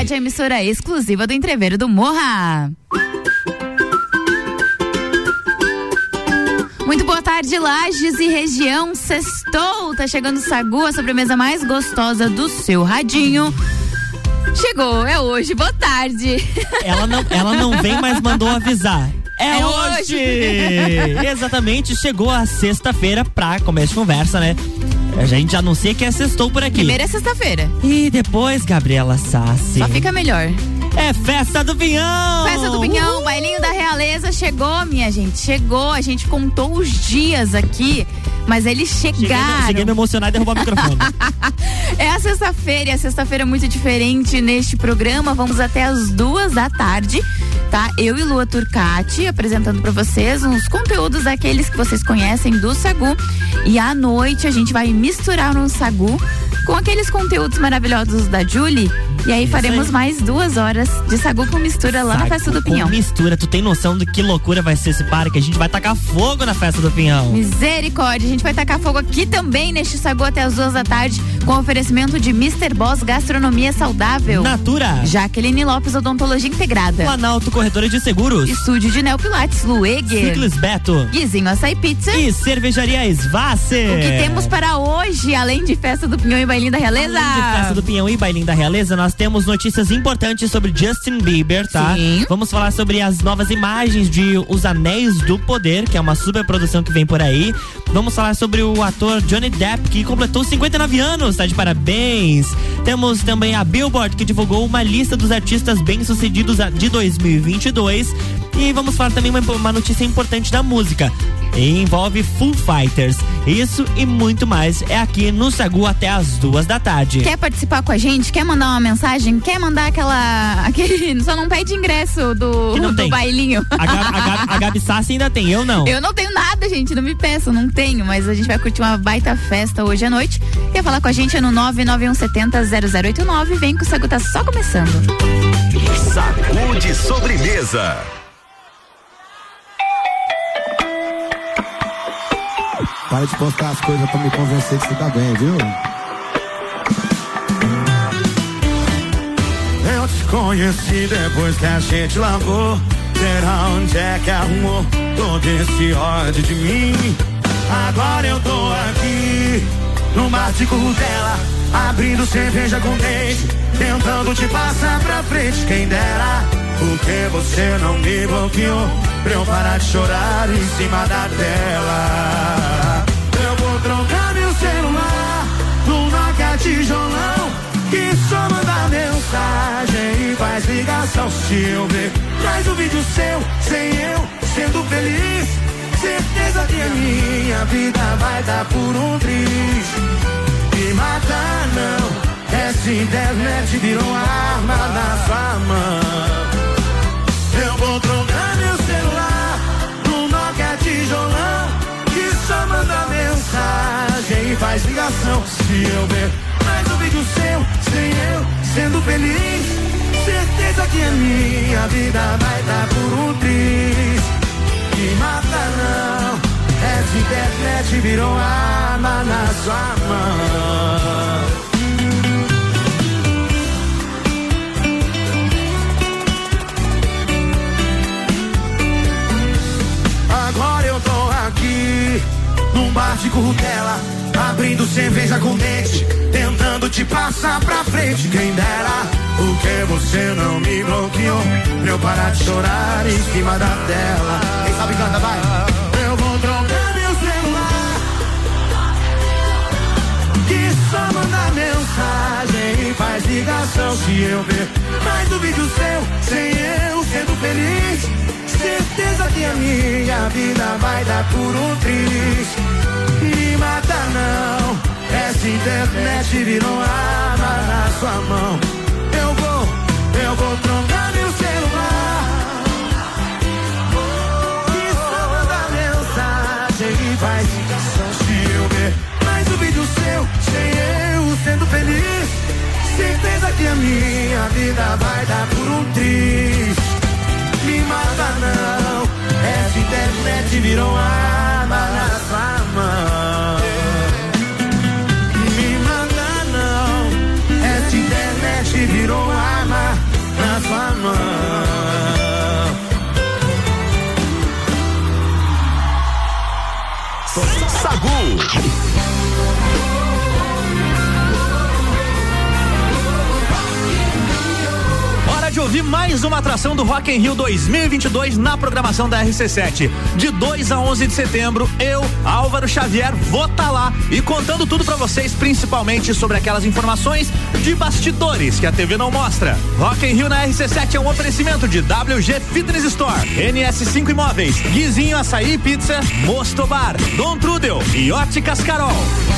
Rádio, a emissora exclusiva do Entreveiro do Morra. Muito boa tarde, Lages e região. Sextou, tá chegando o Sagu, a sobremesa mais gostosa do seu radinho. Chegou, é hoje, boa tarde. Ela não vem, mas mandou avisar. É hoje! Exatamente, chegou a sexta-feira pra começo de conversa, né? A gente anuncia que é sextou por aqui. Primeiro é sexta-feira. E depois, Gabriela Sassi. Só fica melhor. É Festa do Pinhão! Festa do Pinhão, bailinho da Realeza chegou, minha gente. Chegou, a gente contou os dias aqui, mas eles chegaram. Cheguei a me emocionar e derrubar o microfone. É a sexta-feira, e a sexta-feira é muito diferente neste programa. Vamos até as 14h, tá? Eu e Lua Turcati apresentando pra vocês uns conteúdos daqueles que vocês conhecem do Sagu. E à noite a gente vai misturar um Sagu com aqueles conteúdos maravilhosos da Julie. E aí faremos mais 2 horas de Sagu com mistura lá na Festa do Pinhão. Mistura, tu tem noção de que loucura vai ser esse parque? A gente vai tacar fogo na Festa do Pinhão. Misericórdia, a gente vai tacar fogo aqui também neste Sagu até as 14h, com oferecimento de Mr. Boss Gastronomia Saudável, Natura, Jaqueline Lopes Odontologia Integrada, Planalto Corretora de Seguros, Estúdio de Neopilates Lueger, Ciclis Beto, Guizinho Açaí Pizza e Cervejaria Svasser. O que temos para hoje, além de Festa do Pinhão e Bailinho da Realeza? Além de Festa do Pinhão e Bailinho da Realeza, nós temos notícias importantes sobre Justin Bieber, tá? Sim. Vamos falar sobre as novas imagens de Os Anéis do Poder, que é uma super produção que vem por aí. Vamos falar sobre o ator Johnny Depp, que completou 59 anos, tá de parabéns. Temos também a Billboard, que divulgou uma lista dos artistas bem-sucedidos de 2022. E vamos falar também uma notícia importante da música. E envolve Foo Fighters. Isso e muito mais é aqui no Sagu até as 14h. Quer participar com a gente? Quer mandar uma mensagem? Quer mandar aquele só não pede ingresso do bailinho? A Gabi Sassi ainda tem, eu não. Eu não tenho nada, gente, não me peçam, não tenho, mas a gente vai curtir uma baita festa hoje à noite. Quer falar com a gente? É no 991700089. Vem que o Sagu tá só começando. Sagu de sobremesa. Para de postar as coisas pra me convencer que você tá bem, viu? Eu te conheci depois que a gente largou. Será onde é que arrumou todo esse ódio de mim? Agora eu tô aqui no bar de Curtela, abrindo cerveja com dente, tentando te passar pra frente. Quem dera, porque você não me bloqueou pra eu parar de chorar em cima da tela. Eu vou trocar meu celular no Nokia tijolão, que só manda mensagem e faz ligação. Se eu ver mais um vídeo seu, sem eu sendo feliz, certeza que a minha vida vai dar por um triz. Me matar não, essa internet virou arma na sua mão. Eu vou trocar meu celular no Nokia tijolão, que só manda mensagem e faz ligação. Se eu ver mais um vídeo seu, sem eu sendo feliz, certeza que a minha vida vai dar por um triz. Me mata não, essa internet virou arma na sua mão. Agora eu tô aqui num bar de Curtela, abrindo cerveja com dente, tentando te passar pra frente. Quem dera, porque você não me bloqueou pra eu parar de chorar em cima da tela. Quem sabe canta, vai. Eu vou trocar meu celular, que só manda mensagem e faz ligação. Se eu ver mais um vídeo seu, sem eu sendo feliz, certeza que a minha vida vai dar por um triz. Me mata não, essa internet virou arma na sua mão. Eu vou trocar meu celular, que só manda mensagem e faz ligação. Se eu ver mais um vídeo seu, sem eu sendo feliz, certeza que a minha vida vai dar por um triz. Me mata não, essa internet virou arma na sua mão. Me mata não, essa internet virou arma Sagu. De ouvir mais uma atração do Rock in Rio 2022 na programação da RC7. De 2 a 11 de setembro, eu, Álvaro Xavier, vou estar lá e contando tudo pra vocês, principalmente sobre aquelas informações de bastidores que a TV não mostra. Rock in Rio na RC7 é um oferecimento de WG Fitness Store, NS5 Imóveis, Guizinho Açaí Pizza, Mosto Bar, Dom Trudel e Óticas Carol.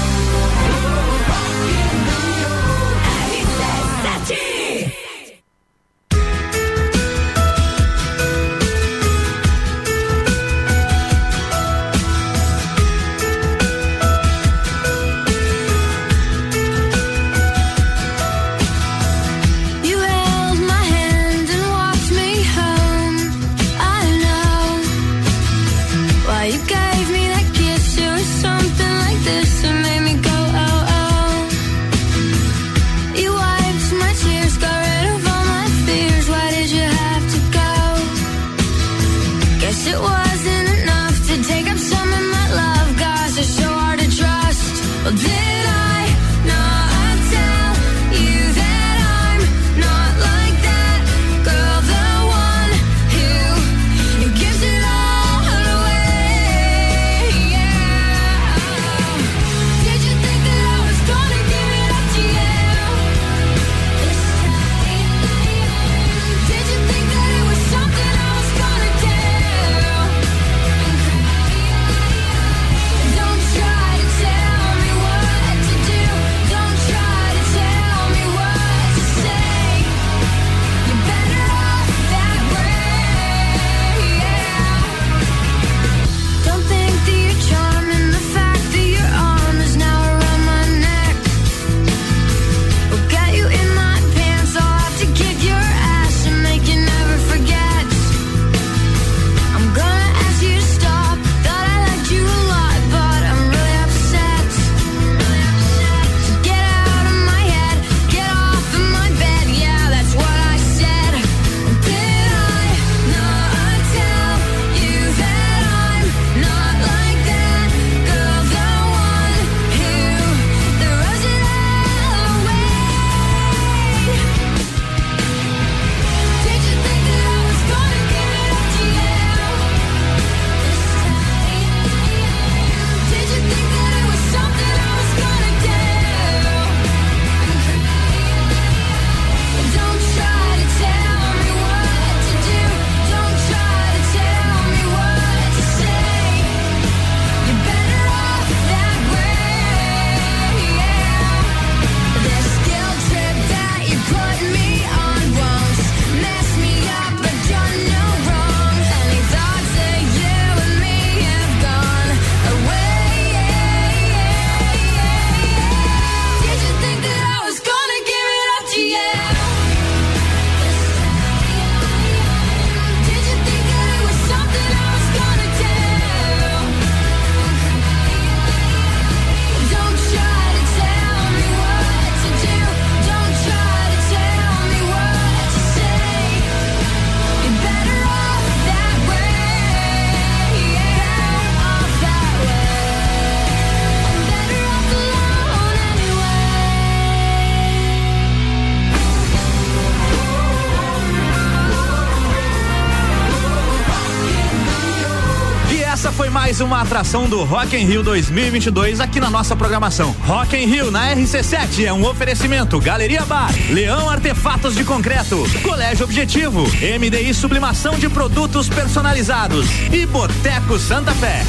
Mais uma atração do Rock in Rio 2022 aqui na nossa programação. Rock in Rio na RC7 é um oferecimento Galeria Bar, Leão Artefatos de Concreto, Colégio Objetivo, MDI Sublimação de Produtos Personalizados e Boteco Santa Fé.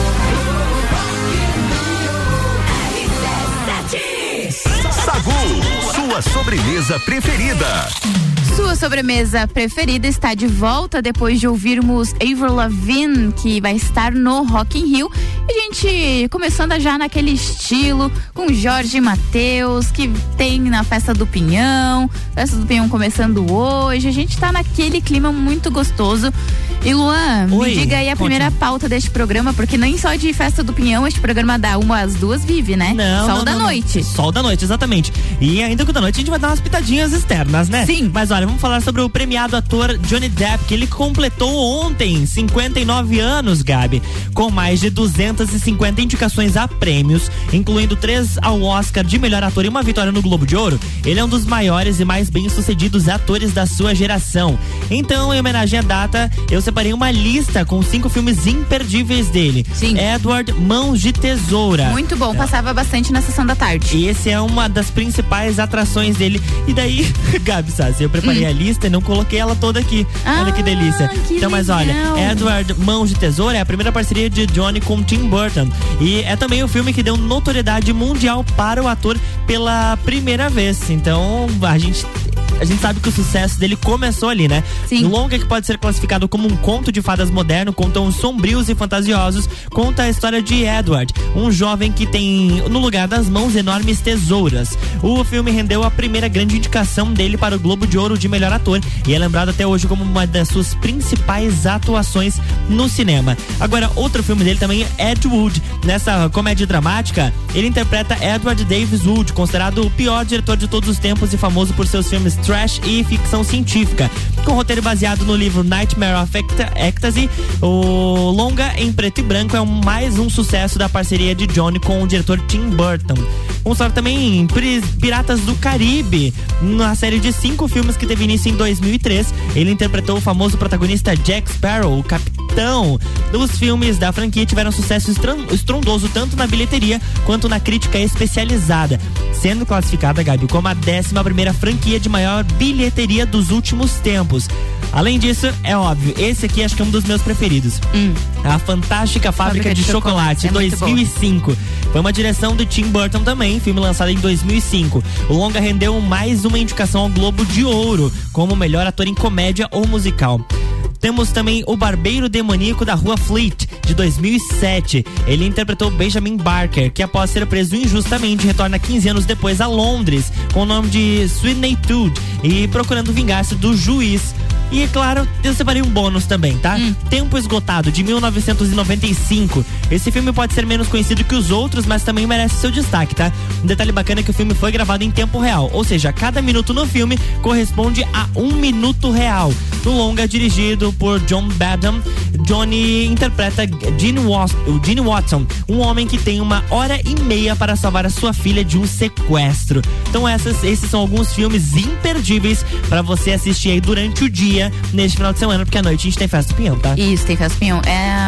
Sagu, sua sobremesa preferida. Sua sobremesa preferida está de volta depois de ouvirmos Avril Lavigne, que vai estar no Rock in Rio. A gente começando já naquele estilo, com Jorge Mateus, que tem na Festa do Pinhão começando hoje. A gente tá naquele clima muito gostoso. E Luan, Oi, me diga aí a primeira pauta deste programa, porque nem só de festa do Pinhão este programa dá às 2 vive, né? Sol da noite. Sol da noite, exatamente. E ainda com o da noite a gente vai dar umas pitadinhas externas, né? Sim. Mas olha, vamos falar sobre o premiado ator Johnny Depp, que ele completou ontem 59 anos, Gabi, com mais de 250 indicações a prêmios, incluindo 3 ao Oscar de melhor ator e uma vitória no Globo de Ouro. Ele é um dos maiores e mais bem-sucedidos atores da sua geração. Então, em homenagem à data, eu separei uma lista com 5 filmes imperdíveis dele. Sim. Edward, Mãos de Tesoura. Muito bom, passava bastante na sessão da tarde. E esse é uma das principais atrações dele. E daí, Gabi Sassi, eu preparei a lista e não coloquei ela toda aqui. Olha que delícia. Que então, mas olha, Edward, Mãos de Tesoura é a primeira parceria de Johnny com Tim Burton. E é também o filme que deu notoriedade mundial para o ator pela primeira vez. Então, a gente sabe que o sucesso dele começou ali, né? Sim. O longa, que pode ser classificado como um conto de fadas moderno, com tons sombrios e fantasiosos, conta a história de Edward, um jovem que tem no lugar das mãos enormes tesouras. O filme rendeu a primeira grande indicação dele para o Globo de Ouro de melhor ator e é lembrado até hoje como uma das suas principais atuações no cinema. Agora, outro filme dele também é Ed Wood. Nessa comédia dramática, ele interpreta Edward Davis Wood, considerado o pior diretor de todos os tempos e famoso por seus filmes trash e ficção científica. Com roteiro baseado no livro Nightmare of Ecstasy, o longa em preto e branco é mais um sucesso da parceria de Johnny com o diretor Tim Burton. Vamos falar também em Piratas do Caribe, na série de 5 filmes que teve início em 2003. Ele interpretou o famoso protagonista Jack Sparrow, o capitão. Os filmes da franquia tiveram sucesso estrondoso tanto na bilheteria quanto na crítica especializada, sendo classificada, Gabi, como a 11ª franquia de maior bilheteria dos últimos tempos. Além disso, é óbvio, esse aqui acho que é um dos meus preferidos. A Fantástica Fábrica de Chocolate, 2005. Foi uma direção do Tim Burton também, filme lançado em 2005. O longa rendeu mais uma indicação ao Globo de Ouro, como melhor ator em comédia ou musical. Temos também O Barbeiro Demoníaco da Rua Fleet, de 2007. Ele interpretou Benjamin Barker, que após ser preso injustamente retorna 15 anos depois a Londres, com o nome de Sweeney Todd, e procurando vingar-se do juiz. E, claro, eu separei um bônus também, tá? Tempo Esgotado, de 1995. Esse filme pode ser menos conhecido que os outros, mas também merece seu destaque, tá? Um detalhe bacana é que o filme foi gravado em tempo real, ou seja, cada minuto no filme corresponde a 1 minuto real. No longa, dirigido por John Badham, Johnny interpreta Gene Watson, um homem que tem 1h30 para salvar a sua filha de um sequestro. Então esses são alguns filmes imperdíveis para você assistir aí durante o dia, neste final de semana, porque à noite a gente tem Festa do Pinhão, tá? Isso, tem Festa do Pinhão.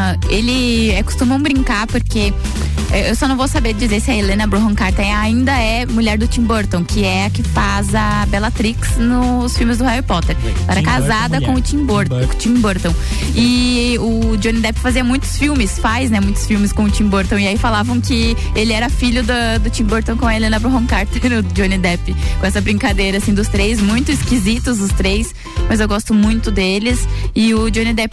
Costumam brincar, porque eu só não vou saber dizer se a Helena Bonham Carter ainda é mulher do Tim Burton, que é a que faz a Bellatrix nos filmes do Harry Potter. Ela era casada com o Tim Burton. E o Johnny Depp fazia muitos filmes, muitos filmes com o Tim Burton, e aí falavam que ele era filho do Tim Burton com a Helena Bonham Carter, o Johnny Depp, com essa brincadeira assim dos três, muito esquisitos os três, mas eu gosto muito deles. E o Johnny Depp,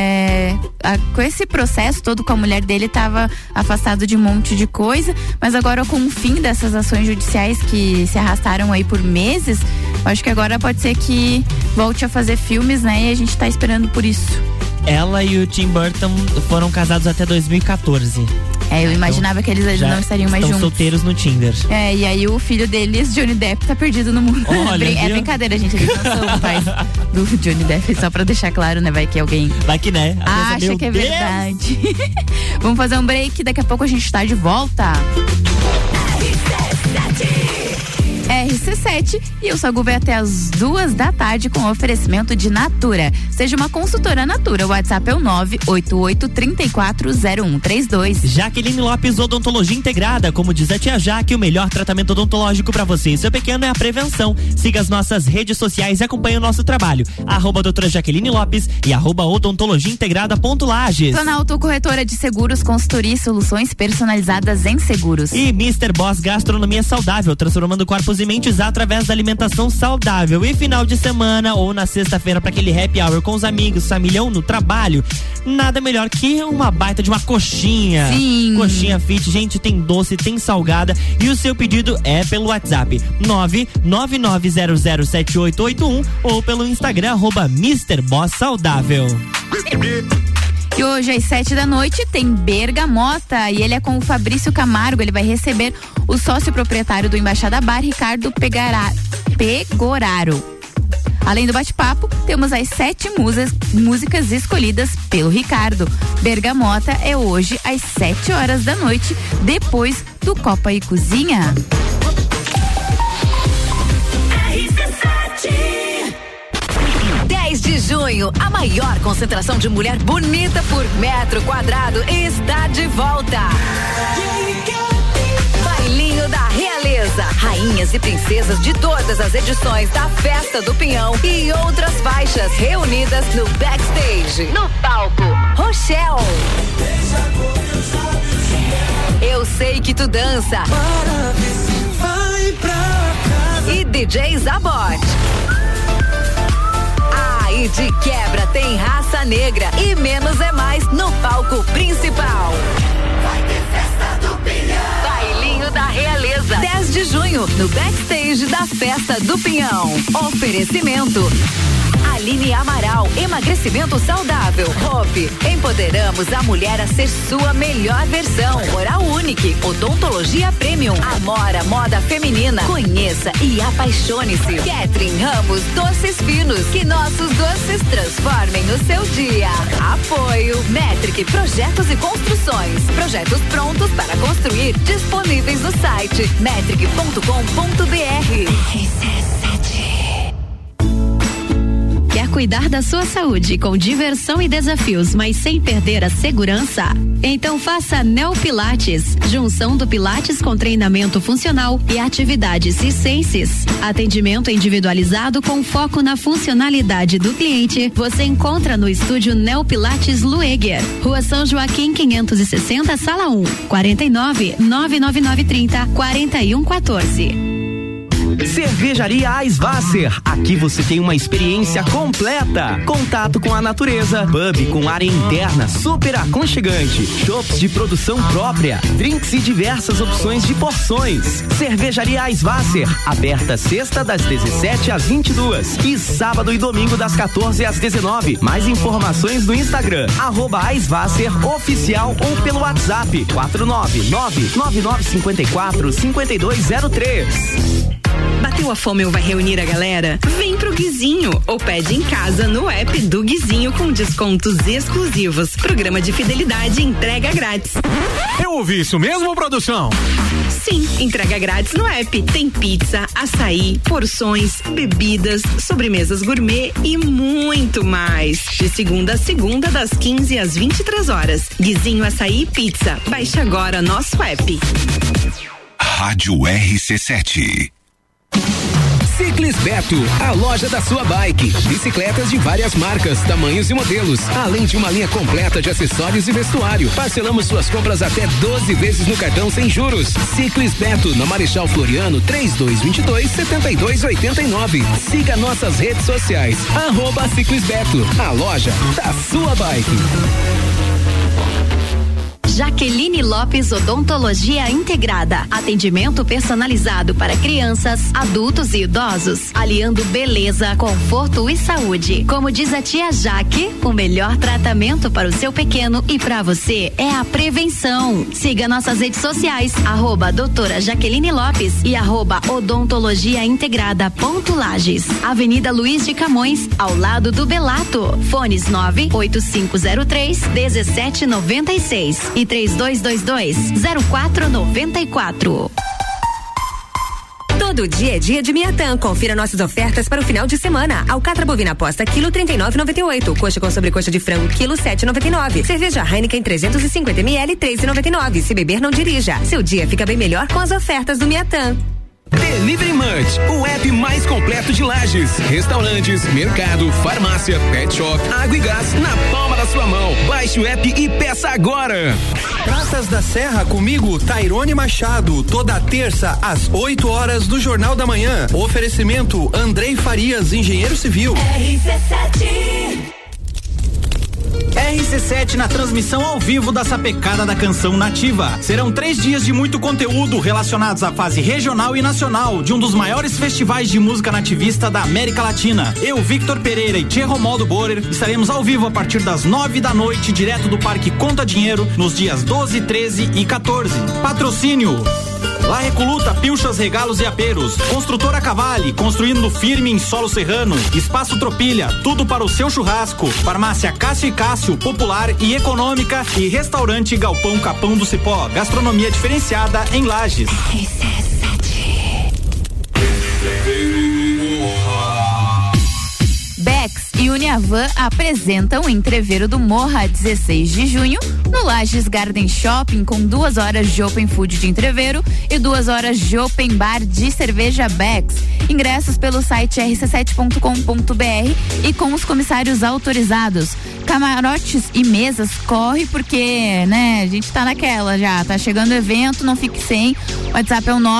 com esse processo todo com a mulher dele, estava afastado de um monte de coisa, mas agora com o fim dessas ações judiciais que se arrastaram aí por meses, eu acho que agora pode ser que volte a fazer filmes, né? E a gente tá esperando por isso. Ela e o Tim Burton foram casados até 2014. Eu imaginava que eles não estariam mais juntos. Estão solteiros no Tinder. E aí o filho deles, Johnny Depp, tá perdido no mundo. Olha, é brincadeira, gente. Eles não são pais do Johnny Depp, só pra deixar claro, né? Vai que alguém acha que é verdade. Vamos fazer um break, daqui a pouco a gente tá de volta. RC7 e o Sagu vai até as 2 da tarde com oferecimento de Natura. Seja uma consultora Natura. O WhatsApp é o 988-340132. Jaqueline Lopes, Odontologia Integrada. Como diz a tia Jaque, o melhor tratamento odontológico para você e seu pequeno é a prevenção. Siga as nossas redes sociais e acompanhe o nosso trabalho. @doutora Jaqueline Lopes e @odontologiaintegrada.lages. Planalto Corretora de Seguros, consultoria e soluções personalizadas em seguros. E Mr. Boss Gastronomia Saudável, transformando corpos e alimentos através da alimentação saudável. E final de semana ou na sexta-feira para aquele happy hour com os amigos, família ou no trabalho, nada melhor que uma baita de uma coxinha. Sim. Coxinha fit, gente, tem doce, tem salgada e o seu pedido é pelo WhatsApp 999007881 ou pelo Instagram @MrBossSaudável. E hoje às 7h tem Bergamota e ele é com o Fabrício Camargo. Ele vai receber o sócio proprietário do Embaixada Bar, Ricardo Pegoraro. Além do bate-papo, temos as 7 músicas escolhidas pelo Ricardo. Bergamota é hoje às 7h, depois do Copa e Cozinha. 10 de junho, a maior concentração de mulher bonita por metro quadrado está de volta. Bailinho da Realeza, rainhas e princesas de todas as edições da Festa do Pinhão e outras faixas reunidas no backstage. No palco, Rochelle. Eu sei que tu dança. E DJ Zabot. E de quebra tem Raça Negra e Menos é Mais no palco principal. Vai ter Festa do Pinhão. Bailinho da Realeza, 10 de junho, no backstage da Festa do Pinhão. Oferecimento Aline Amaral, emagrecimento saudável. Hope, empoderamos a mulher a ser sua melhor versão. Oral Unique, odontologia premium. Amora, moda feminina. Conheça e apaixone-se. Catherine Ramos, doces finos. Que nossos doces transformem o seu dia. Apoio Metric, projetos e construções. Projetos prontos para construir, disponíveis no site metric.com.br. Quer cuidar da sua saúde com diversão e desafios, mas sem perder a segurança? Então faça Neo Pilates, junção do Pilates com treinamento funcional e atividades circenses. Atendimento individualizado com foco na funcionalidade do cliente. Você encontra no estúdio Neo Pilates Lueger, Rua São Joaquim 560, Sala 1, 49 99930 4114. Cervejaria Eisvasser. Aqui você tem uma experiência completa. Contato com a natureza, pub com área interna super aconchegante, chopps de produção própria, drinks e diversas opções de porções. Cervejaria Eisvasser, aberta sexta das 17 às 22 e sábado e domingo das 14 às 19. Mais informações no Instagram @Eisvasser oficial ou pelo WhatsApp 499-9954-5203. Bateu a fome ou vai reunir a galera? Vem pro Guizinho ou pede em casa no app do Guizinho com descontos exclusivos. Programa de fidelidade e entrega grátis. Eu ouvi isso mesmo, produção? Sim, entrega grátis no app. Tem pizza, açaí, porções, bebidas, sobremesas gourmet e muito mais. De segunda a segunda, das 15 às 23 horas. Guizinho Açaí Pizza. Baixe agora nosso app. Rádio RC7. Ciclis Beto, a loja da sua bike. Bicicletas de várias marcas, tamanhos e modelos, além de uma linha completa de acessórios e vestuário. Parcelamos suas compras até 12 vezes no cartão sem juros. Ciclis Beto, na Marechal Floriano, 3222-7289. Siga nossas redes sociais, @Ciclis Beto, a loja da sua bike. Jaqueline Lopes Odontologia Integrada. Atendimento personalizado para crianças, adultos e idosos, aliando beleza, conforto e saúde. Como diz a tia Jaque, o melhor tratamento para o seu pequeno e para você é a prevenção. Siga nossas redes sociais, @doutora Jaqueline Lopes e @odontologiaintegrada.lages. Avenida Luiz de Camões, ao lado do Belato. Fones 98503-1796 e 3222-0494. Todo dia é dia de Miatã. Confira nossas ofertas para o final de semana. Alcatra bovina posta, quilo 39,98. Coxa com sobrecoxa de frango, quilo 7,99. Cerveja Heineken 350 ml, 3,99. Se beber, não dirija. Seu dia fica bem melhor com as ofertas do Miatã. Delivery Munch, o app mais completo de Lages. Restaurantes, mercado, farmácia, pet shop, água e gás na palma da sua mão. Baixe o app e peça agora. Praças da Serra comigo, Tairone Machado, toda terça às 8 horas do Jornal da Manhã. Oferecimento Andrei Farias, engenheiro civil. RC7 na transmissão ao vivo da Sapecada da Canção Nativa. Serão 3 dias de muito conteúdo relacionados à fase regional e nacional de um dos maiores festivais de música nativista da América Latina. Eu, Victor Pereira e Tchê Romaldo Borer estaremos ao vivo a partir das 9 da noite, direto do Parque Conta Dinheiro, nos dias 12, 13 e 14. Patrocínio La Recoluta, Pilchas, Regalos e Aperos. Construtora Cavale, construindo firme em solo serrano. Espaço Tropilha, tudo para o seu churrasco. Farmácia Cássio e Cássio, popular e econômica. E Restaurante Galpão Capão do Cipó, gastronomia diferenciada em Lages. Bex e Uniavan apresentam Entreveiro do Morra, 16 de junho, no Lages Garden Shopping, com 2 horas de Open Food de Entreveiro e 2 horas de Open Bar de cerveja Bex. Ingressos pelo site rc7.com.br e com os comissários autorizados. Camarotes e mesas corre porque, né, a gente tá naquela já, tá chegando o evento, não fique sem. WhatsApp é o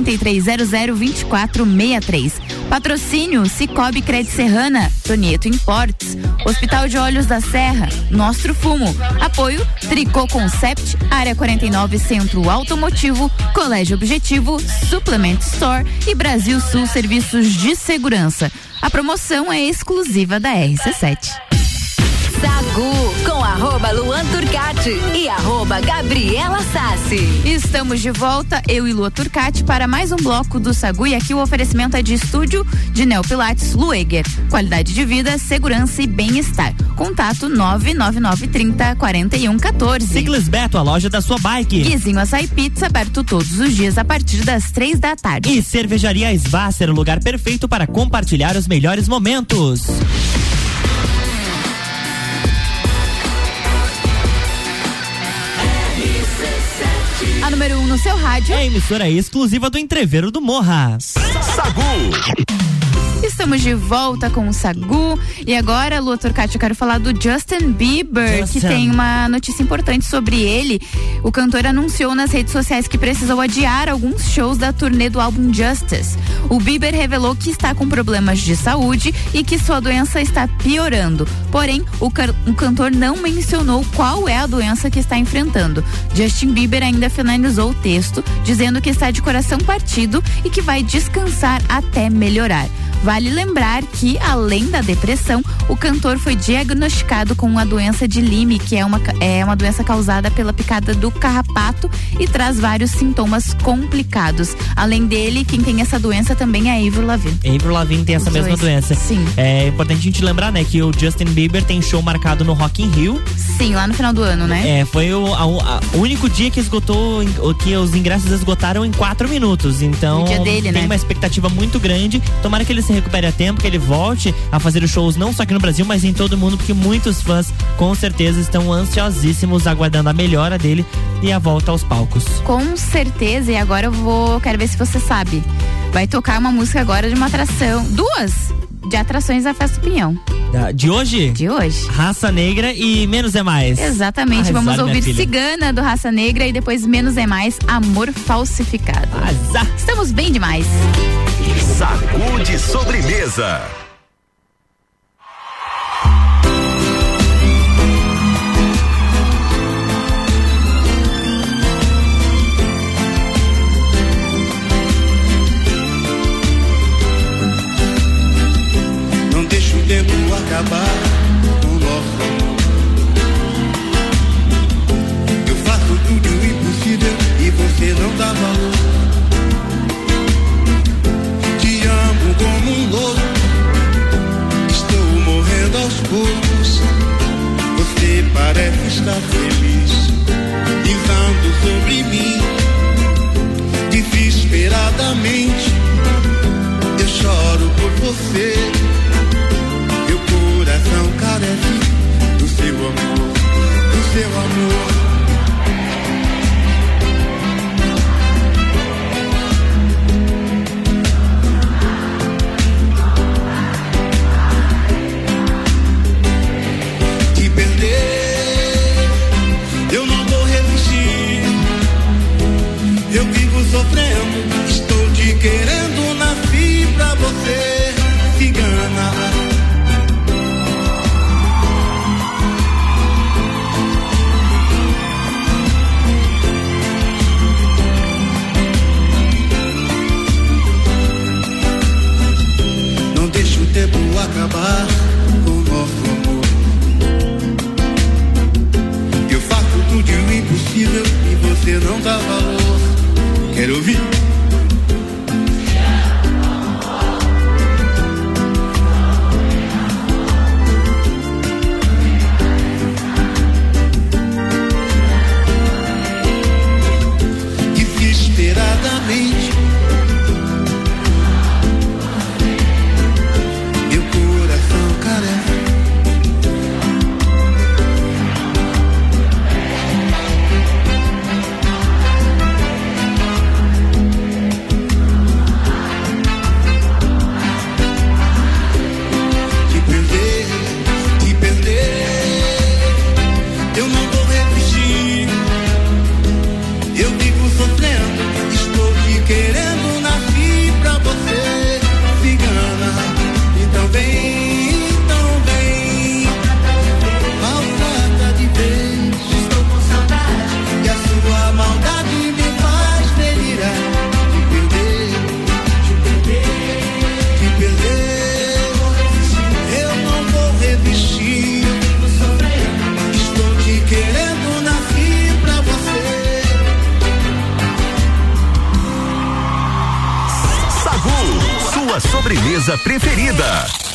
933002463. Patrocínio Cicobi Crédito Serrana, Tonieto Importes, Hospital de Olhos da Serra, Nostro Fumo. Apoio Tricô Concept, Área 49 Centro Automotivo, Colégio Objetivo, Suplement Store e Brasil Sul Serviços de Segurança. A promoção é exclusiva da RC7. Sagu com @Luan Turcati e @Gabriela Sassi. Estamos de volta, eu e Lua Turcati, para mais um bloco do Sagu, e aqui o oferecimento é de estúdio de Neopilates Lueger. Qualidade de vida, segurança e bem-estar. Contato 99930-4114. Ciclis Beto, a loja da sua bike. Guizinho Açaí Pizza, aberto todos os dias a partir das 3 da tarde. E Cervejaria Svasser, o lugar perfeito para compartilhar os melhores momentos. A número 1 no seu rádio. É a emissora exclusiva do Entreveiro do Morra. Sagu. Estamos de volta com o Sagu. E agora, Lua Turcati, eu quero falar do Justin Bieber, que tem uma notícia importante sobre ele. O cantor anunciou nas redes sociais que precisou adiar alguns shows da turnê do álbum Justice. O Bieber revelou que está com problemas de saúde e que sua doença está piorando. Porém, o cantor não mencionou qual é a doença que está enfrentando. Justin Bieber ainda finalizou o texto, dizendo que está de coração partido e que vai descansar até melhorar. Vale lembrar que, além da depressão, o cantor foi diagnosticado com a doença de Lyme, que é uma doença causada pela picada do carrapato e traz vários sintomas complicados. Além dele, quem tem essa doença também é Avril Lavigne. Avril Lavigne tem essa mesma doença. Sim. É importante a gente lembrar, né, que o Justin Bieber tem show marcado no Rock in Rio. Sim, lá no final do ano, né? Foi o único dia que que os ingressos esgotaram em 4 minutos. Então, o dia dele, tem uma expectativa muito grande. Tomara que ele se recupere a tempo, que ele volte a fazer os shows não só aqui no Brasil, mas em todo mundo, porque muitos fãs com certeza estão ansiosíssimos aguardando a melhora dele e a volta aos palcos. Com certeza, e agora quero ver se você sabe. Vai tocar uma música agora de uma atração, 2 de atrações da Festa do Pinhão. De hoje? De hoje. Raça Negra e Menos é Mais. Exatamente, vamos ouvir Cigana do Raça Negra e depois Menos é Mais, Amor Falsificado. Estamos bem demais. Sagu de sobremesa. Não deixa o tempo acabar com o nosso amor. Eu faço tudo o impossível e você não dá valor. Te amo como um louco, você não dá valor. Quero ouvir. Desesperadamente meu coração carece. Te perder, eu não vou resistir. Eu vivo sofrendo, estou te querendo, nasci pra você, cigana. Então vem, maltrata de vez. Estou com saudade e a sua maldade me faz delirar. Te perder, eu não vou resistir. Estou te querendo, nasci pra você. Sagu, sua sobremesa preferida.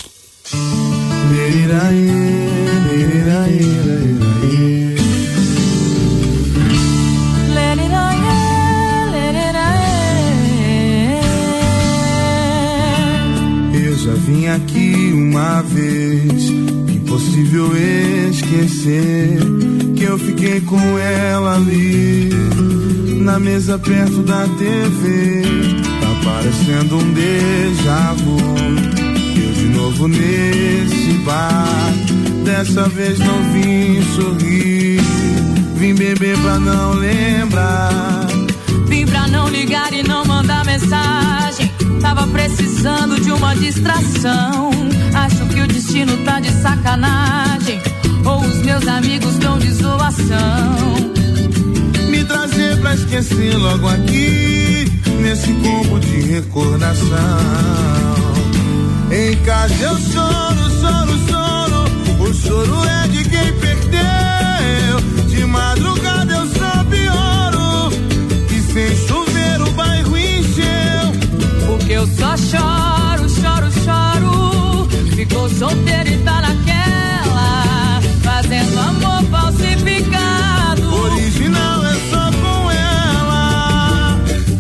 Eu já vim aqui uma vez, impossível esquecer que eu fiquei com ela ali na mesa perto da TV. Tá parecendo um déjà vu. Eu de novo nesse bar, dessa vez não vim sorrir, vim beber pra não lembrar. Vim pra não ligar e não mandar mensagem. Tava precisando de uma distração. Acho que o destino tá de sacanagem, ou os meus amigos tão de zoação. Me trazer pra esquecer logo aqui, nesse combo de recordação. Em casa eu choro, choro, choro. O choro é de quem perdeu. De madrugada eu só pioro, e sem chover o bairro encheu. Porque eu só choro, choro, choro. Ficou solteiro e tá naquela, fazendo amor falsificado. Original é só com ela.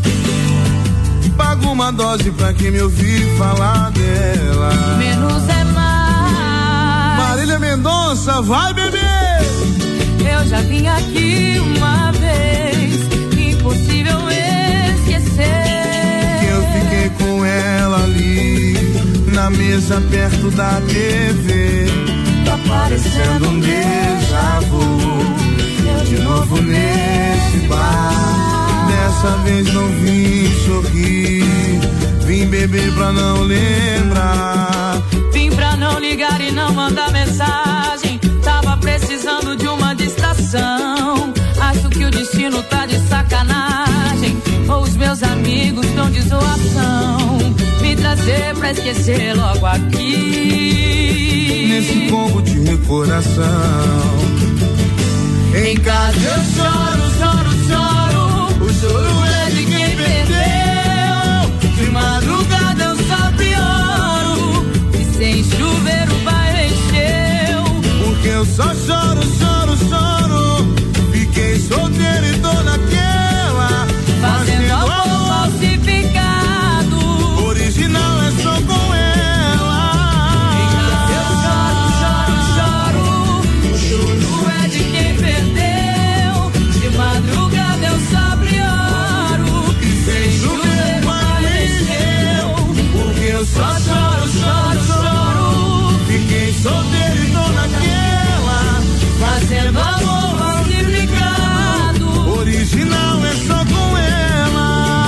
Pago uma dose pra quem me ouvir falar dela. Menos é mais. Marília Mendonça, vai beber. Eu já vim aqui uma vez, impossível esquecer que eu fiquei com ela ali na mesa perto da TV. Tá parecendo um déjà vu. Eu de novo nesse bar, dessa vez não vim sorrir, vim beber pra não lembrar. Vim pra não ligar e não mandar mensagem. Tava precisando de uma distração. Acho que o destino tá de sacanagem, ou os meus amigos tão de zoação. Me trazer pra esquecer logo aqui, nesse combo de recordação. Em casa eu choro, choro, choro. O choro é de quem perdeu. De madrugada eu só pioro, e sem chover o bairro encheu. Porque eu só choro, choro, choro. Fiquei solteiro e tô naquela, fazendo amor falsificado. Original é só com ela. Em casa eu choro, choro, choro. O choro é de quem perdeu. De madrugada eu só prioro, e sem chover o bairro encheu. Porque eu só choro, choro, choro. Fiquei solteiro e tô naquela, fazendo amor falsificado. Original é só com ela.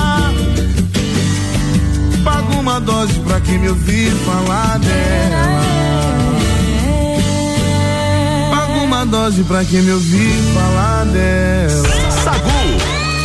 Pago uma dose pra quem me ouvir falar dela. Pago uma dose pra quem me ouvir falar dela. Sagu.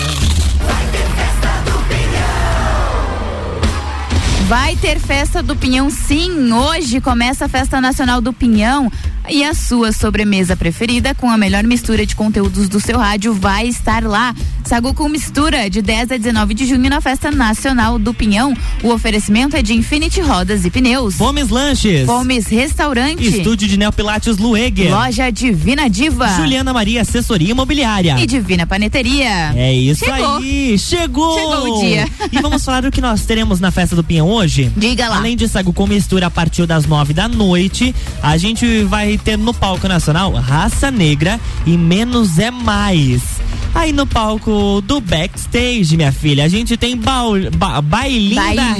Vai ter festa do Pinhão, sim. Hoje começa a Festa Nacional do Pinhão e a sua sobremesa preferida com a melhor mistura de conteúdos do seu rádio vai estar lá. Sagu com Mistura, de 10 a 19 de junho na Festa Nacional do Pinhão. O oferecimento é de Infinity Rodas e Pneus. Fomes Lanches. Fomes Restaurante. Estúdio de Neopilates Lueger. Loja Divina Diva. Juliana Maria Assessoria Imobiliária. E Divina Paneteria. É isso aí. Chegou o dia. E vamos falar do que nós teremos na Festa do Pinhão hoje? Diga lá. Além de Sagu com Mistura, a partir das 9 da noite, a gente vai ter no palco nacional Raça Negra e Menos é Mais. Aí no palco do backstage, minha filha, a gente tem bailinho da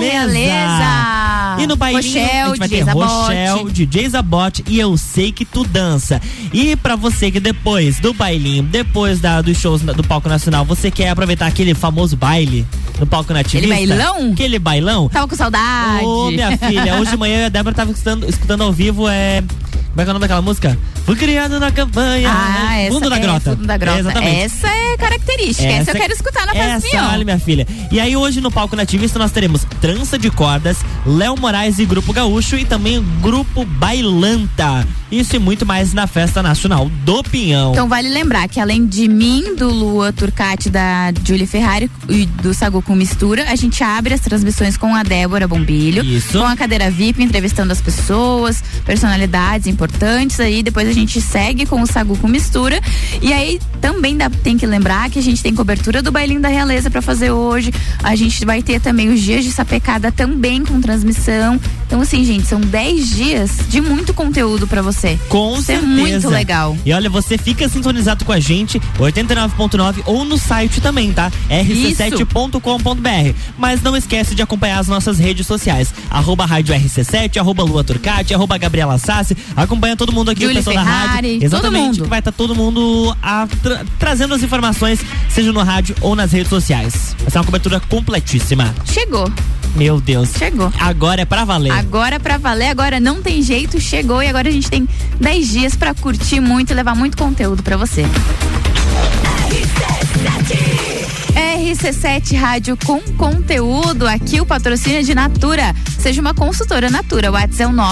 Realeza. E no bailinho Rochelle, a gente vai ter Rochelle, DJ Zabot e Eu Sei Que Tu Dança. E pra você que depois do bailinho, depois dos shows do palco nacional, você quer aproveitar aquele famoso baile no palco nativista? Aquele bailão? Tava com saudade. Ô, minha filha, hoje de manhã eu e a Débora tava escutando ao vivo, como é que é o nome daquela música? Fui criado na campanha. Fundo da Grota. Fundo da Grota. Exatamente. Essa é característica. Essa eu quero escutar na Festa do Pinhão. Olha, minha filha. E aí hoje no palco nativista nós teremos Trança de Cordas, Léo Moraes e Grupo Gaúcho e também Grupo Bailanta. Isso e muito mais na Festa Nacional do Pinhão. Então vale lembrar que além de mim, do Lua Turcati, da Julie Ferrari e do Sagu com Mistura, a gente abre as transmissões com a Débora Bombilho. Isso. Com a cadeira VIP, entrevistando as pessoas, personalidades importantes. Aí depois a gente segue com o Sagu com Mistura. E aí também tem que lembrar que a gente tem cobertura do Bailinho da Realeza pra fazer hoje. A gente vai ter também os dias de sapecada também com transmissão. Então assim, gente, são 10 dias de muito conteúdo pra você. Com certeza. É muito legal. E olha, você fica sintonizado com a gente, 89.9 ou no site também, tá? rc7.com.br. Mas não esquece de acompanhar as nossas redes sociais. @Rádio RC7, @Lua Turcati, @Gabriela Sassi. Acompanha todo mundo aqui, Julie o pessoal Ferrari, da rádio. Exatamente. Vai estar todo mundo trazendo as informações, seja no rádio ou nas redes sociais. Vai ser uma cobertura completíssima. Chegou. Meu Deus. Chegou. Agora é pra valer. Agora é pra valer, agora não tem jeito, chegou e agora a gente tem 10 dias pra curtir muito e levar muito conteúdo pra você. RC7 Rádio com conteúdo, aqui o patrocínio é de Natura. Seja uma consultora Natura, o WhatsApp é o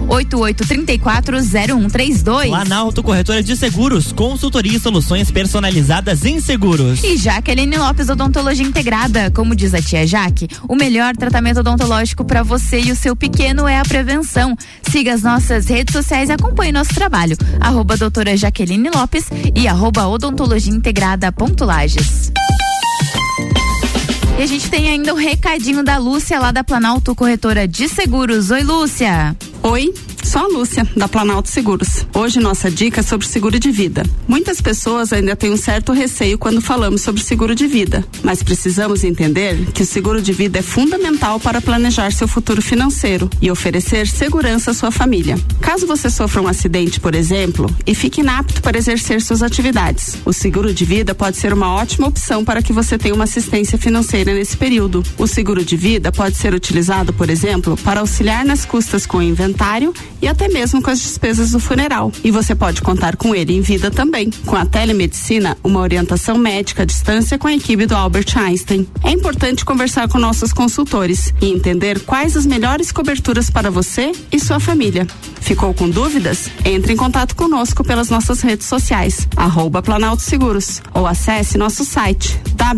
988340132. Planalto Corretora de Seguros, consultoria e soluções personalizadas em seguros. E Jaqueline Lopes Odontologia Integrada, como diz a tia Jaque, o melhor tratamento odontológico para você e o seu pequeno é a prevenção. Siga as nossas redes sociais e acompanhe nosso trabalho, @doutora Jaqueline Lopes e @odontologiaintegrada.lages. E a gente tem ainda um recadinho da Lúcia lá da Planalto Corretora de Seguros. Oi, Lúcia. Oi, sou a Lúcia, da Planalto Seguros. Hoje nossa dica é sobre seguro de vida. Muitas pessoas ainda têm um certo receio quando falamos sobre seguro de vida, mas precisamos entender que o seguro de vida é fundamental para planejar seu futuro financeiro e oferecer segurança à sua família. Caso você sofra um acidente, por exemplo, e fique inapto para exercer suas atividades, o seguro de vida pode ser uma ótima opção para que você tenha uma assistência financeira nesse período. O seguro de vida pode ser utilizado, por exemplo, para auxiliar nas custas com o inventário e até mesmo com as despesas do funeral. E você pode contar com ele em vida também. Com a telemedicina, uma orientação médica à distância com a equipe do Albert Einstein. É importante conversar com nossos consultores e entender quais as melhores coberturas para você e sua família. Ficou com dúvidas? Entre em contato conosco pelas nossas redes sociais, @Planalto Seguros, ou acesse nosso site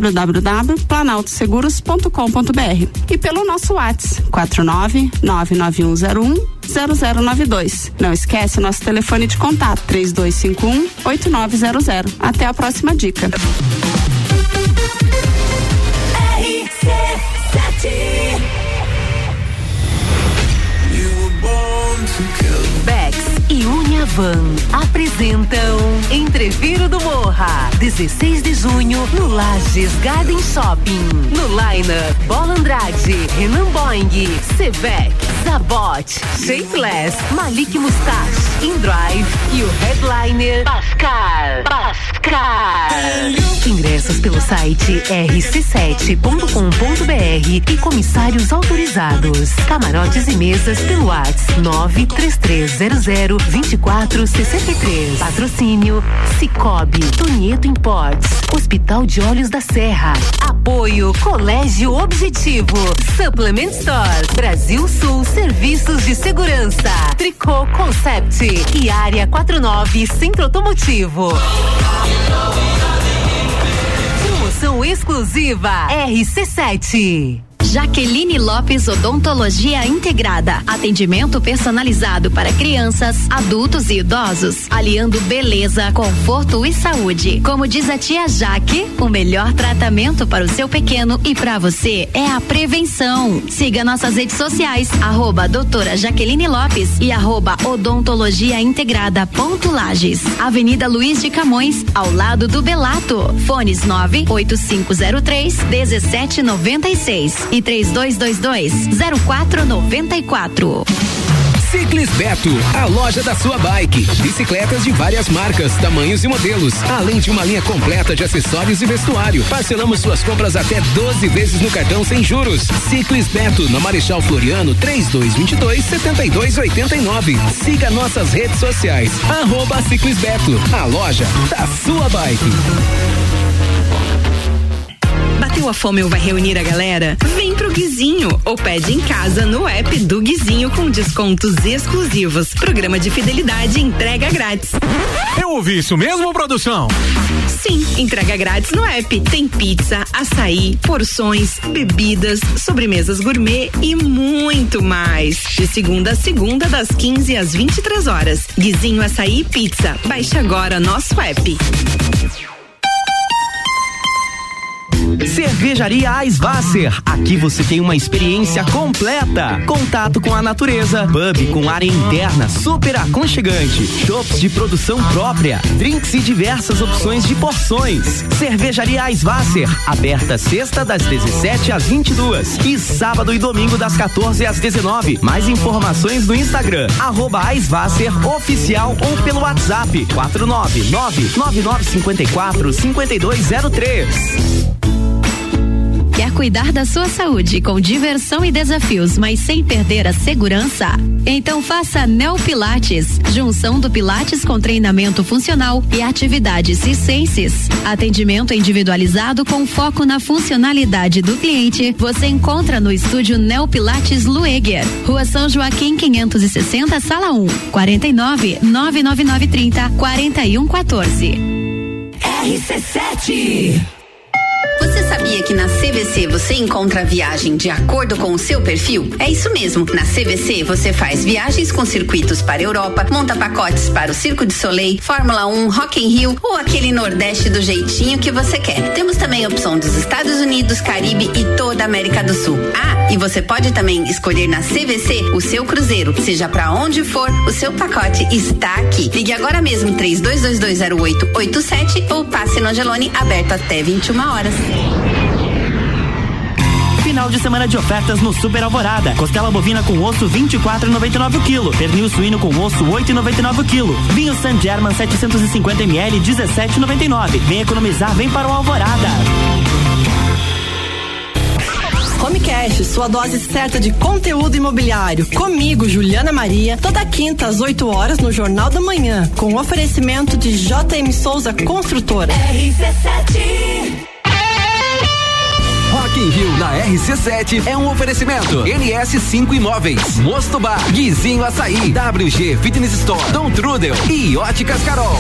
www.planaltoseguros.com.br e pelo nosso WhatsApp 49991010092. Não esquece o nosso telefone de contato 3251-8900. Até a próxima dica. Bex e Uniavan apresentam Entreviro do Morra, 16 de junho no Lages Garden Shopping. No Line-up, Bola Andrade, Renan Boing, Sevec, Zabot, Shapeless, Malik Mustache, InDrive e o headliner Pascal. Ingressos pelo site rc7.com.br e comissários autorizados. Camarotes e mesas pelo WhatsApp 933002463. Patrocínio Cicobi, Tonieto Imports, Hospital de Olhos da Serra. Apoio Colégio Objetivo, Supplement Store, Brasil Sul Serviços de Segurança, Tricô Concept e Área 49 Centro Automotivo. Programação exclusiva RC7. Jaqueline Lopes Odontologia Integrada. Atendimento personalizado para crianças, adultos e idosos, aliando beleza, conforto e saúde. Como diz a tia Jaque, o melhor tratamento para o seu pequeno e para você é a prevenção. Siga nossas redes sociais, @doutora Jaqueline Lopes e @odontologia integrada Lages. Avenida Luiz de Camões, ao lado do Belato. Fones 98503-1796 e 3222-0494. Ciclis Beto, a loja da sua bike. Bicicletas de várias marcas, tamanhos e modelos, além de uma linha completa de acessórios e vestuário. Parcelamos suas compras até 12 vezes no cartão sem juros. Ciclis Beto, na Marechal Floriano, 3222-7289. Siga nossas redes sociais, @Ciclis Beto, a loja da sua bike. Bateu a fome ou vai reunir a galera? Vem pro Guizinho ou pede em casa no app do Guizinho com descontos exclusivos. Programa de fidelidade e entrega grátis. Eu ouvi isso mesmo, produção? Sim, entrega grátis no app. Tem pizza, açaí, porções, bebidas, sobremesas gourmet e muito mais. De segunda a segunda, das 15 às 23 horas. Guizinho Açaí e Pizza. Baixe agora nosso app. Cervejaria Eisvasser. Aqui você tem uma experiência completa. Contato com a natureza, pub com área interna super aconchegante, shops de produção própria, drinks e diversas opções de porções. Cervejaria Eisvasser, aberta sexta das 17 às 22 e sábado e domingo das 14 às 19. Mais informações no Instagram @Eisvasser oficial ou pelo WhatsApp 499-9954-5203. Quer cuidar da sua saúde com diversão e desafios, mas sem perder a segurança? Então faça Neo Pilates, junção do Pilates com treinamento funcional e atividades circenses. Atendimento individualizado com foco na funcionalidade do cliente. Você encontra no estúdio Neo Pilates Lueger, Rua São Joaquim 560, Sala 1, 49-99930-4114. RC7. Você sabia que na CVC você encontra a viagem de acordo com o seu perfil? É isso mesmo. Na CVC você faz viagens com circuitos para a Europa, monta pacotes para o Circo de Soleil, Fórmula 1, Rock in Rio ou aquele Nordeste do jeitinho que você quer. Temos também a opção dos Estados Unidos, Caribe e toda a América do Sul. Ah, e você pode também escolher na CVC o seu cruzeiro. Seja para onde for, o seu pacote está aqui. Ligue agora mesmo 32220887 ou passe no Angelone, aberto até 21 horas. Final de semana de ofertas no Super Alvorada. Costela bovina com osso 24,99 o quilo. Pernil suíno com osso 8,99 o quilo. Vinho San German 750 ml 17,99. Vem economizar, vem para o Alvorada. Home Cash, sua dose certa de conteúdo imobiliário. Comigo, Juliana Maria, toda quinta às 8 horas no Jornal da Manhã, com oferecimento de JM Souza Construtora. RC7. Rock in Rio na RC7 é um oferecimento NS5 Imóveis, Mosto Bar, Guizinho Açaí, WG Fitness Store, Dom Trudel e Óticas Carol.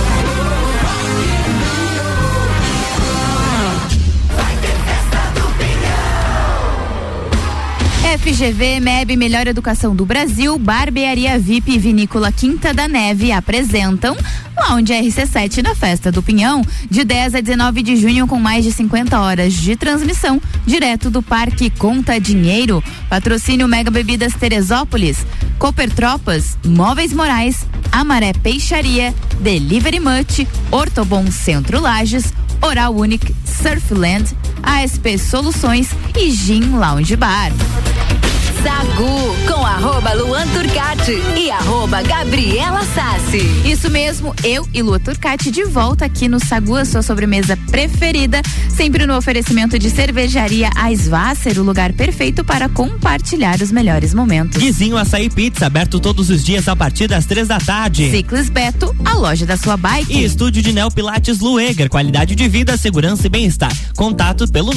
FGV, MEB, Melhor Educação do Brasil, Barbearia VIP e Vinícola Quinta da Neve apresentam Lounge RC7 na Festa do Pinhão, de 10 a 19 de junho, com mais de 50 horas de transmissão, direto do Parque Conta Dinheiro. Patrocínio Mega Bebidas Teresópolis, Cooper Tropas, Móveis Morais, Amaré Peixaria, Delivery Much, Ortobon Centro Lages, Oral Unique, Surfland, ASP Soluções e Gin Lounge Bar. Sagu, com @Luan Turcati e @Gabriela Sassi. Isso mesmo, eu e Lua Turcati de volta aqui no Sagu, a sua sobremesa preferida, sempre no oferecimento de Cervejaria Eisvasser, o lugar perfeito para compartilhar os melhores momentos. Guizinho Açaí Pizza, aberto todos os dias a partir das 3 da tarde. Ciclis Beto, a loja da sua bike. E estúdio de Neo Pilates Lueger, qualidade de vida, segurança e bem-estar. Contato pelo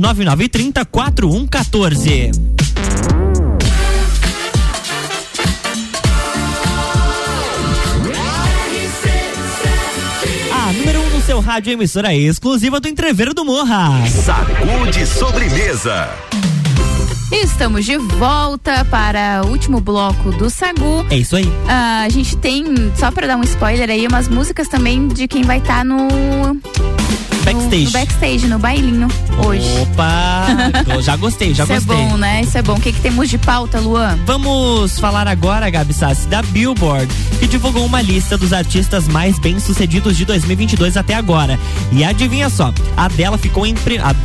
99930-4114. seu rádio emissora exclusiva do Entreveiro do Morra. Sacude sobremesa. Estamos de volta para o último bloco do Sagu. É isso aí. A gente tem, só para dar um spoiler aí, umas músicas também de quem vai estar no backstage, no bailinho hoje. Opa! Eu já gostei, já gostei. Isso é bom, né? Isso é bom. O que temos de pauta, Luan? Vamos falar agora, Gabi Sassi, da Billboard, que divulgou uma lista dos artistas mais bem-sucedidos de 2022 até agora. E adivinha só, a Adele ficou em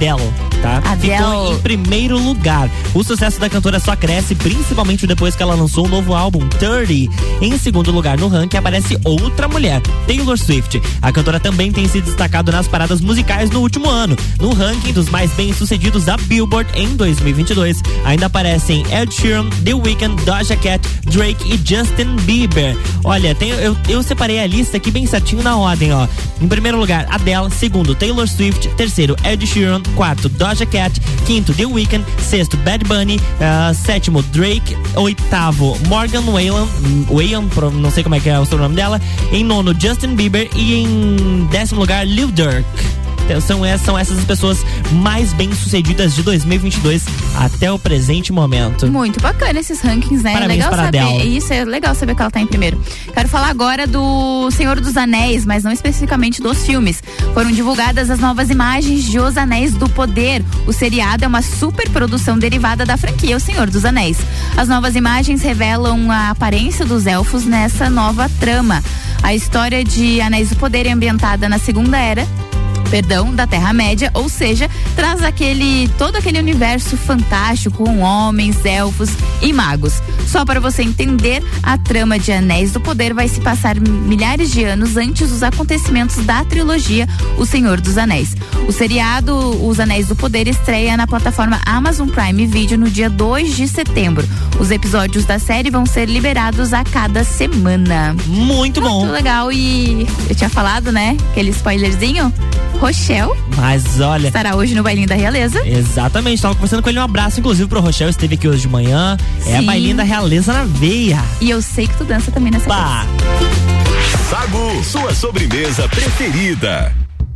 ficou em primeiro lugar. O sucesso da cantora só cresce, principalmente depois que ela lançou o novo álbum 30. Em segundo lugar no ranking aparece outra mulher, Taylor Swift. A cantora também tem se destacado nas paradas musicais no último ano. No ranking dos mais bem-sucedidos da Billboard em 2022, ainda aparecem Ed Sheeran, The Weeknd, Doja Cat, Drake e Justin Bieber. Olha, eu separei a lista aqui bem certinho na ordem, ó. Em primeiro lugar, Adele. Segundo, Taylor Swift. Terceiro, Ed Sheeran. Quarto, Doja Cat. Quinto, The Weeknd. Sexto, Bad Bunny. Sétimo, Drake. Oitavo, Morgan Wallen, não sei como é que é o sobrenome dela. Em nono, Justin Bieber. E em 10º lugar, Lil Durk. São essas as pessoas mais bem-sucedidas de 2022 até o presente momento. Muito bacana esses rankings, né? Parabéns, legal para saber. Adele. Isso é legal saber que ela tá em primeiro. Quero falar agora do Senhor dos Anéis, mas não especificamente dos filmes. Foram divulgadas as novas imagens de Os Anéis do Poder. O seriado é uma super produção derivada da franquia O Senhor dos Anéis. As novas imagens revelam a aparência dos elfos nessa nova trama. A história de Anéis do Poder é ambientada na Segunda Era da Terra-média, ou seja, traz todo aquele universo fantástico com homens, elfos e magos. Só para você entender, a trama de Anéis do Poder vai se passar milhares de anos antes dos acontecimentos da trilogia O Senhor dos Anéis. O seriado Os Anéis do Poder estreia na plataforma Amazon Prime Video no dia 2 de setembro. Os episódios da série vão ser liberados a cada semana. Muito bom. Muito legal. E eu tinha falado, né? Aquele spoilerzinho. Rochelle. Mas olha, estará hoje no Bailinho da Realeza. Exatamente, estava conversando com ele. Um abraço, inclusive, pro Rochelle. Esteve aqui hoje de manhã. Sim. É a Bailinho da Realeza na veia. E eu sei que tu dança também nessa Bah. Sagu, sua sobremesa preferida.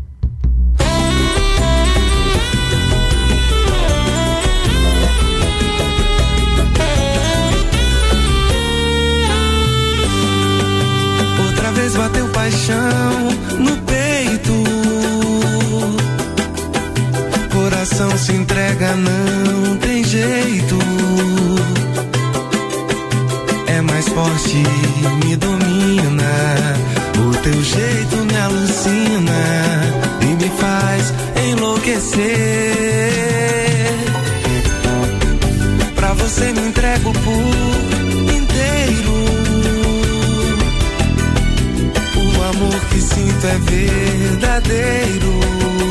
Outra vez bateu paixão no peito. Coração se entrega, não tem jeito. É mais forte, me domina. O teu jeito me alucina e me faz enlouquecer. Pra você me entrego por inteiro. O amor que sinto é verdadeiro.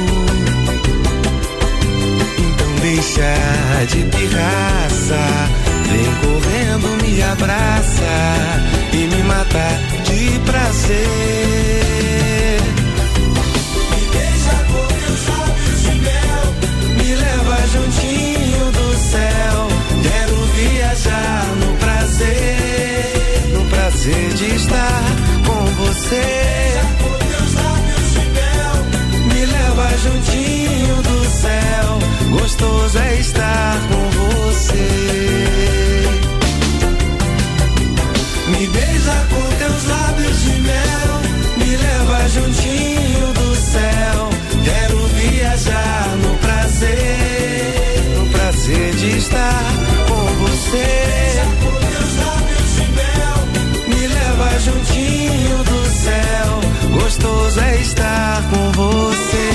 Deixa de pirraça, vem correndo, me abraça e me mata de prazer. Me beija com teus lábios de mel, me leva juntinho do céu. Quero viajar no prazer de estar com você. Me beija com teus lábios de mel, me leva juntinho do céu. Gostoso é estar com você. Me beija com teus lábios de mel, me leva juntinho do céu. Quero viajar no prazer de estar com você. Me beija com teus lábios de mel, me leva juntinho do céu. Gostoso é estar com você.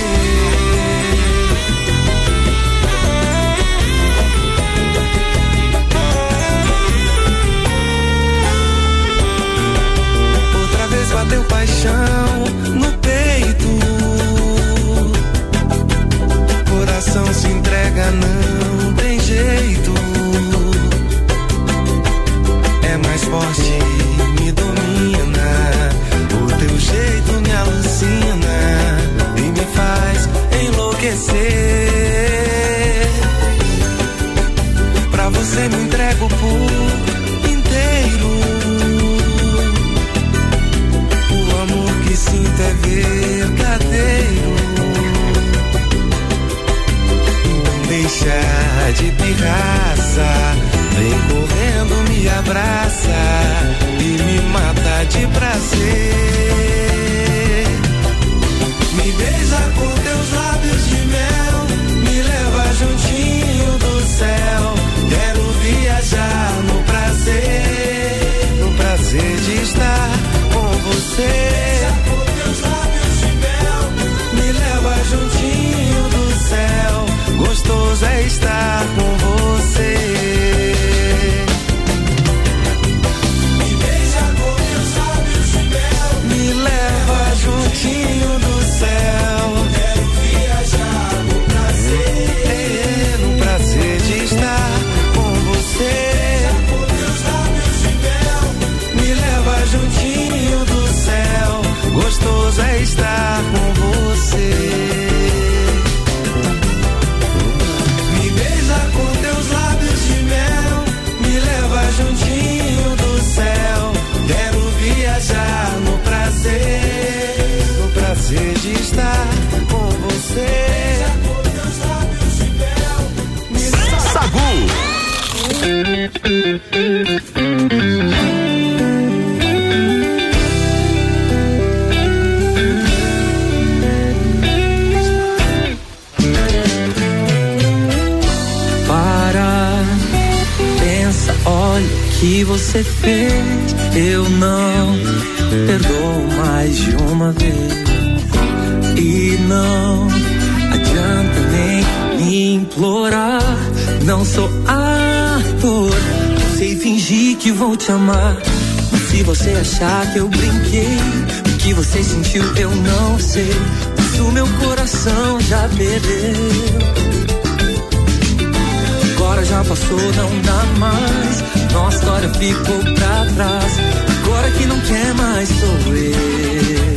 Bateu paixão no peito. Coração se entrega, não tem jeito. É mais forte, me domina. O teu jeito me alucina e me faz enlouquecer. Pra você me entrego por inteiro. O amor que sinto é verdadeiro. deixa de pirraça, vem correndo, me abraça e me mata de prazer. Me beija com teus lábios de mel, me leva juntinho do céu. Quero viajar no prazer de estar com você. Beija com teus lábios de mel, me leva juntinho do céu. Gostoso é estar com você. Me beija com teus lábios de mel, me leva juntinho do céu. Quero viajar no prazer de estar com você. Beija com teus lábios de mel, me leva juntinho do céu. Gostoso é estar com você. Juntinho do céu, quero viajar no prazer de estar com você. Sagu. Olha o que você fez, eu não perdoo mais de uma vez. E não adianta nem me implorar, não sou ator, não sei fingir que vou te amar. Mas se você achar que eu brinquei, o que você sentiu eu não sei, mas o meu coração já perdeu. Agora já passou, não dá mais, nossa história ficou pra trás. Agora que não quer mais sou eu.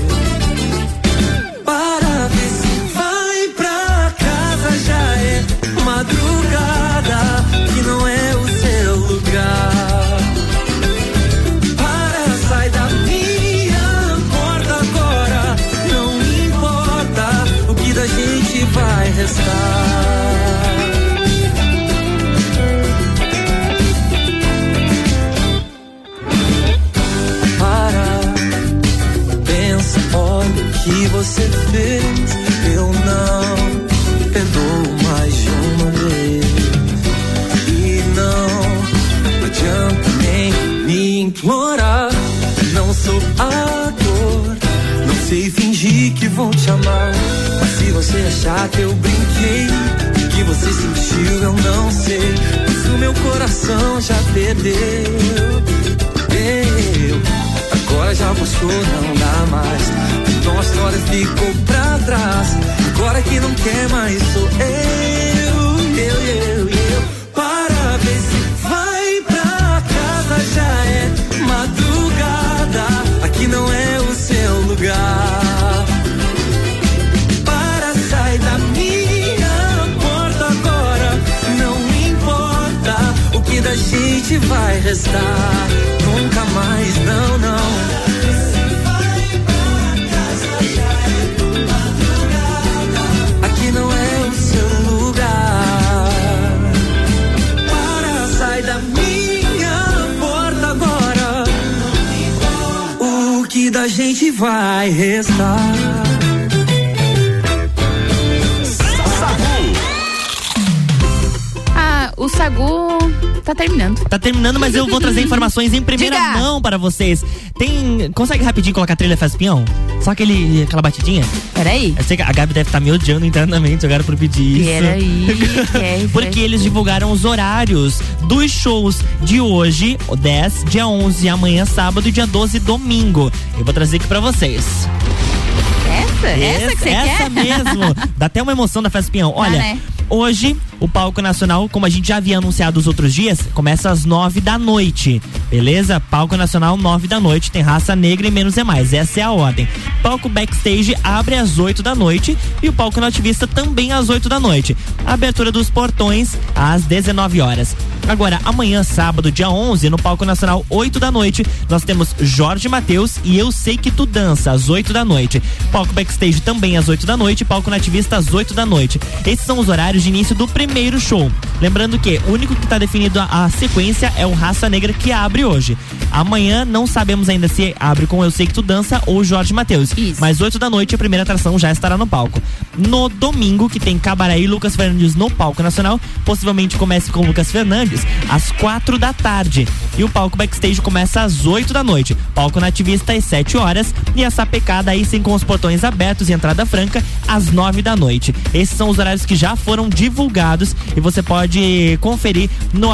Para ver se vai pra casa, já é madrugada, que não é o seu lugar. Para, sai da minha porta agora, não importa, o que da gente vai restar. Olha o que você fez, eu não perdoo mais de uma vez. E não adianta nem me implorar, não sou ator, não sei fingir que vou te amar. Mas se você achar que eu brinquei, o que você sentiu eu não sei, mas o meu coração já perdeu. Agora já passou, não dá mais, nossa história ficou pra trás. Agora que não quer mais sou eu. Para ver se vai pra casa, já é madrugada, aqui não é o seu lugar. Para, sai da minha porta agora, não importa, o que da gente vai restar. Nunca mais, não, não. Aqui não é o seu lugar. Para, sai da minha porta agora, o que da gente vai restar. O Sagu tá terminando. Tá terminando, mas eu vou trazer informações em primeira mão para vocês. Consegue rapidinho colocar a trilha Faz Peão? Só aquela batidinha? Peraí. Eu sei que a Gabi deve estar me odiando internamente agora por pedir isso. Peraí. Porque eles divulgaram os horários dos shows de hoje, 10, dia 11, amanhã sábado e dia 12, domingo. Eu vou trazer aqui pra vocês. Essa que você quer? Essa mesmo. Dá até uma emoção da Festa Peão. Olha, né? Hoje, o Palco Nacional, como a gente já havia anunciado os outros dias, começa às 9 da noite, beleza? Palco Nacional, 9 da noite, tem Raça Negra e Menos é Mais, essa é a ordem. Palco Backstage abre às 8 da noite e o Palco Nativista também às 8 da noite. A abertura dos portões às 19 horas. Agora, amanhã, sábado, dia 11, no Palco Nacional, 8 da noite, nós temos Jorge Mateus e Eu Sei Que Tu Dança, às 8 da noite. Palco Backstage também às 8 da noite, Palco Nativista às 8 da noite. Esses são os horários de início do primeiro show. Lembrando que o único que está definido a sequência é o Raça Negra, que abre hoje. Amanhã não sabemos ainda se abre com Eu Sei Que Tu Dança ou Jorge Mateus. Isso. Mas 8 da noite a primeira atração já estará no palco. No domingo, que tem Cabaré e Lucas Fernandes no Palco Nacional, possivelmente comece com Lucas Fernandes às 4 da tarde. E o Palco Backstage começa às 8 da noite. Palco Nativista às 7 horas e a sapecada aí sim com os portões abertos e entrada franca às 9 da noite. Esses são os horários que já foram divulgados e você pode conferir no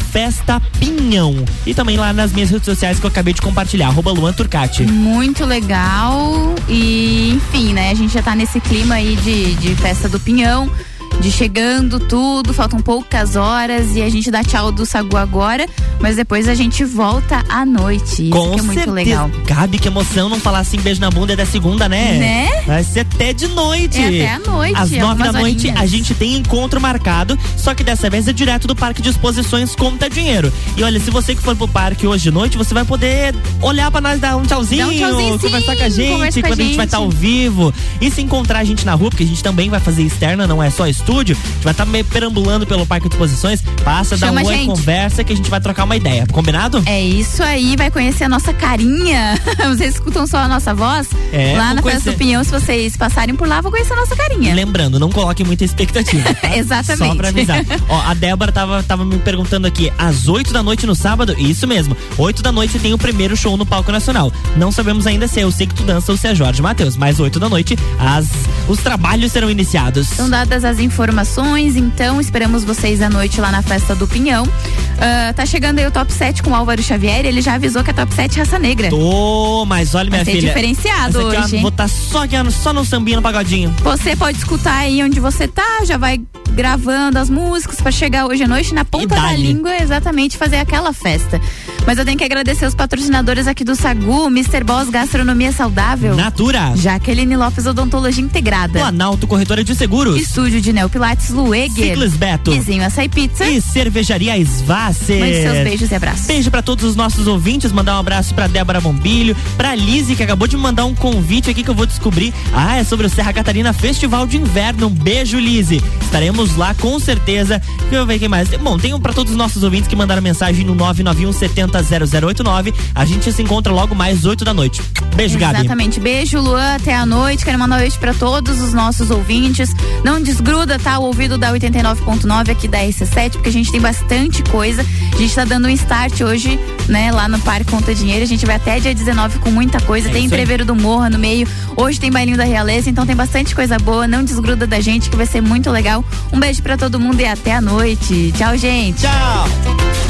@festapinhão e também lá nas minhas redes sociais que eu acabei de compartilhar, @Luan Turcati. Muito legal e enfim, né, a gente já tá nesse clima aí de festa do Pinhão, de chegando tudo, faltam poucas horas e a gente dá tchau do Sagu agora, mas depois a gente volta à noite. Isso com que é muito certeza. Legal. Gabi, que emoção não falar assim, beijo na bunda é da segunda, né? Né? Vai ser até de noite. É até à noite. Às 9 da noite horinhas. a gente tem encontro marcado, só que dessa vez é direto do Parque de Exposições Conta Dinheiro. E olha, se você que for pro parque hoje de noite, você vai poder olhar pra nós, dar um tchauzinho, conversar com a gente, quando a gente vai estar ao vivo. E se encontrar a gente na rua, porque a gente também vai fazer externa, não é só estúdio, a gente vai estar meio perambulando pelo Parque de Exposições, passa, dá uma conversa que a gente vai trocar uma ideia. Combinado? É isso aí, vai conhecer a nossa carinha. Vocês escutam só a nossa voz? Lá na Festa do Pinhão, se vocês passarem por lá, vão conhecer a nossa carinha. Lembrando, não coloque muita expectativa, tá? Exatamente. Só pra avisar. Ó, a Débora tava me perguntando aqui, às 8 da noite no sábado? Isso mesmo, 8 da noite tem o primeiro show no Palco Nacional. Não sabemos ainda se é Eu Sei Que Tu Dança ou se é Jorge Mateus, mas 8 da noite os trabalhos serão iniciados. São dadas as informações, então esperamos vocês à noite lá na Festa do Pinhão. Tá chegando aí o Top 7 com o Álvaro Xavier, ele já avisou que é Top 7 Raça Negra. Mas olha, minha filha, diferenciado aqui, hoje, ó, vou estar só no sambinha, no pagodinho. Você pode escutar aí onde você tá, já vai gravando as músicas pra chegar hoje à noite na ponta da língua, exatamente, fazer aquela festa. Mas eu tenho que agradecer os patrocinadores aqui do Sagu, Mr. Boss Gastronomia Saudável, Natura, Jaqueline Lopes Odontologia Integrada, Planalto Corretora de Seguros, Estúdio de Neopilates Lueger, Ciclis Beto, Vizinho Açaí Pizza e Cervejaria Svasser. Mande seus beijos e abraços. Beijo pra todos os nossos ouvintes, mandar um abraço pra Débora Bombilho, pra Lise, que acabou de me mandar um convite aqui que eu vou descobrir. É sobre o Serra Catarina Festival de Inverno. Um beijo, Lise. Estaremos lá com certeza. Deixa eu ver quem mais. Bom, tem pra todos os nossos ouvintes que mandaram mensagem no 991 70 0089. A gente se encontra logo mais 8 da noite. Beijo, Gabi. Exatamente. Beijo, Luan. Até a noite. Quero mandar um beijo pra todos os nossos ouvintes. Não desgruda, tá? O ouvido da 89.9 aqui da RC7, porque a gente tem bastante coisa. A gente tá dando um start hoje, né? Lá no Parque Conta Dinheiro. A gente vai até dia 19 com muita coisa. Tem Entreveiro do Morra no meio. Hoje tem Bailinho da Realeza. Então tem bastante coisa boa. Não desgruda da gente, que vai ser muito legal. Um beijo pra todo mundo e até a noite. Tchau, gente. Tchau.